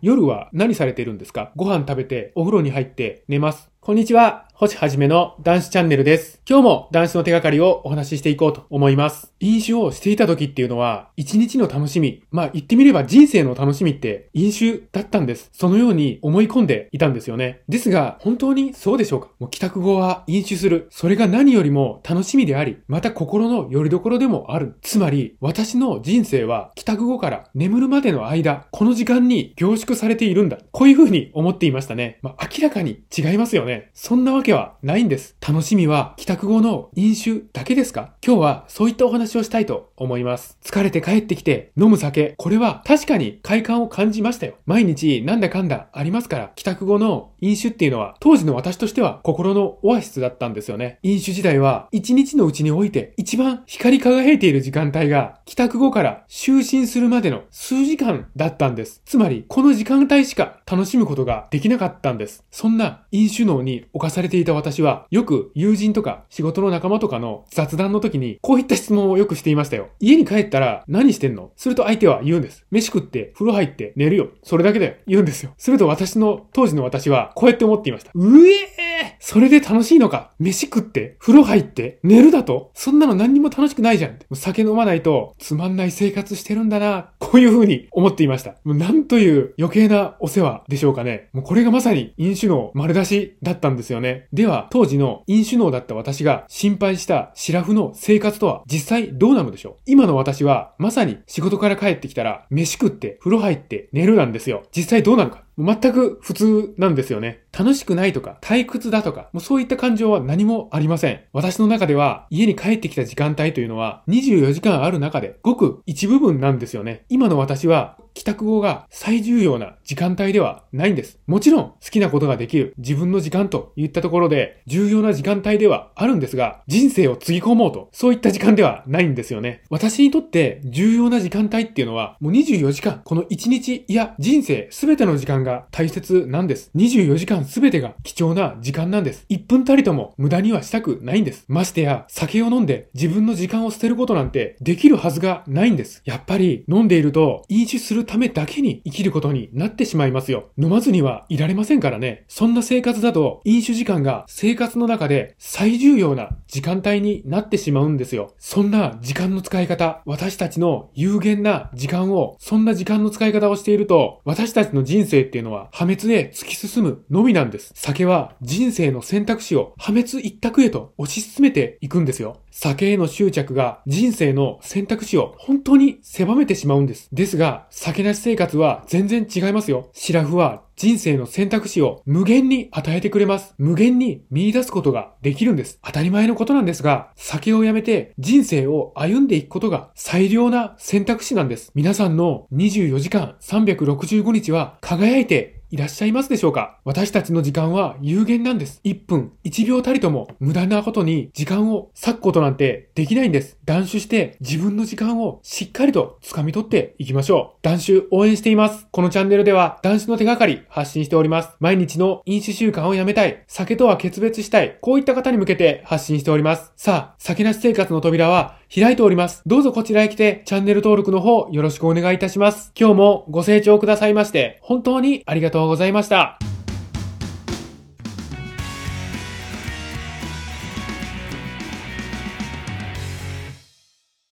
夜は何されているんですか？ご飯食べて、お風呂に入って寝ます。こんにちは。星はじめの男子チャンネルです。今日も男子の手がかりをお話ししていこうと思います。飲酒をしていた時っていうのは、一日の楽しみ、言ってみれば人生の楽しみって飲酒だったんです。そのように思い込んでいたんですよね。ですが、本当にそうでしょうか？もう帰宅後は飲酒する。それが何よりも楽しみであり、また心の拠り所でもある。つまり、私の人生は帰宅後から眠るまでの間、この時間に凝縮されているんだ。こういう風に思っていましたね。明らかに違いますよね。そんなわけはないんです。楽しみは帰宅後の飲酒だけですか？今日はそういったお話をしたいと思います。疲れて帰ってきて飲む酒、これは確かに快感を感じましたよ。毎日なんだかんだありますから、帰宅後の飲酒っていうのは当時の私としては心のオアシスだったんですよね。飲酒時代は一日のうちにおいて一番光り輝いている時間帯が帰宅後から就寝するまでの数時間だったんです。つまりこの時間帯しか楽しむことができなかったんです。そんな飲酒脳に侵されていた私はよく友人とか仕事の仲間とかの雑談の時にこういった質問をよくしていましたよ。家に帰ったら何してんの？すると相手は言うんです。飯食って風呂入って寝るよ。それだけだよ。言うんですよ。すると当時の私はこうやって思っていました。それで楽しいのか？飯食って風呂入って寝るだと？そんなの何にも楽しくないじゃん。酒飲まないとつまんない生活してるんだな。こういう風に思っていました。なんという余計なお世話でしょうかね。これがまさに飲酒脳丸出しだったんですよね。では当時の飲酒脳だった私が心配したシラフの生活とは実際どうなのでしょう？今の私はまさに仕事から帰ってきたら飯食って風呂入って寝るなんですよ。実際どうなのか？全く普通なんですよね。楽しくないとか退屈だとかそういった感情は何もありません。私の中では家に帰ってきた時間帯というのは24時間ある中でごく一部分なんですよね。今の私は帰宅後が最重要な時間帯ではないんです。もちろん好きなことができる自分の時間といったところで重要な時間帯ではあるんですが、人生をつぎ込もうとそういった時間ではないんですよね。私にとって重要な時間帯っていうのはもう24時間、この1日いや人生すべての時間が大切なんです。24時間すべてが貴重な時間なんです。1分たりとも無駄にはしたくないんです。ましてや酒を飲んで自分の時間を捨てることなんてできるはずがないんです。やっぱり飲んでいると飲酒するためだけに生きることになってしまいますよ。飲まずにはいられませんからね。そんな生活だと飲酒時間が生活の中で最重要な時間帯になってしまうんですよ。そんな時間の使い方、私たちの有限な時間を、そんな時間の使い方をしていると、私たちの人生っていうのは破滅へ突き進むのみなんです。酒は人生の選択肢を破滅一択へと推し進めていくんですよ。酒への執着が人生の選択肢を本当に狭めてしまうんです。ですが、酒なし生活は全然違いますよ。シラフは人生の選択肢を無限に与えてくれます。無限に見出すことができるんです。当たり前のことなんですが、酒をやめて人生を歩んでいくことが最良な選択肢なんです。皆さんの24時間365日は輝いていらっしゃいますでしょうか？私たちの時間は有限なんです。1分1秒たりとも無駄なことに時間を割くことなんてできないんです。断酒して自分の時間をしっかりと掴み取っていきましょう。断酒応援しています。このチャンネルでは断酒の手がかり発信しております。毎日の飲酒習慣をやめたい、酒とは決別したい、こういった方に向けて発信しております。さあ、酒なし生活の扉は開いております。どうぞこちらへ来てチャンネル登録の方よろしくお願いいたします。今日もご清聴くださいまして本当にありがとうございました。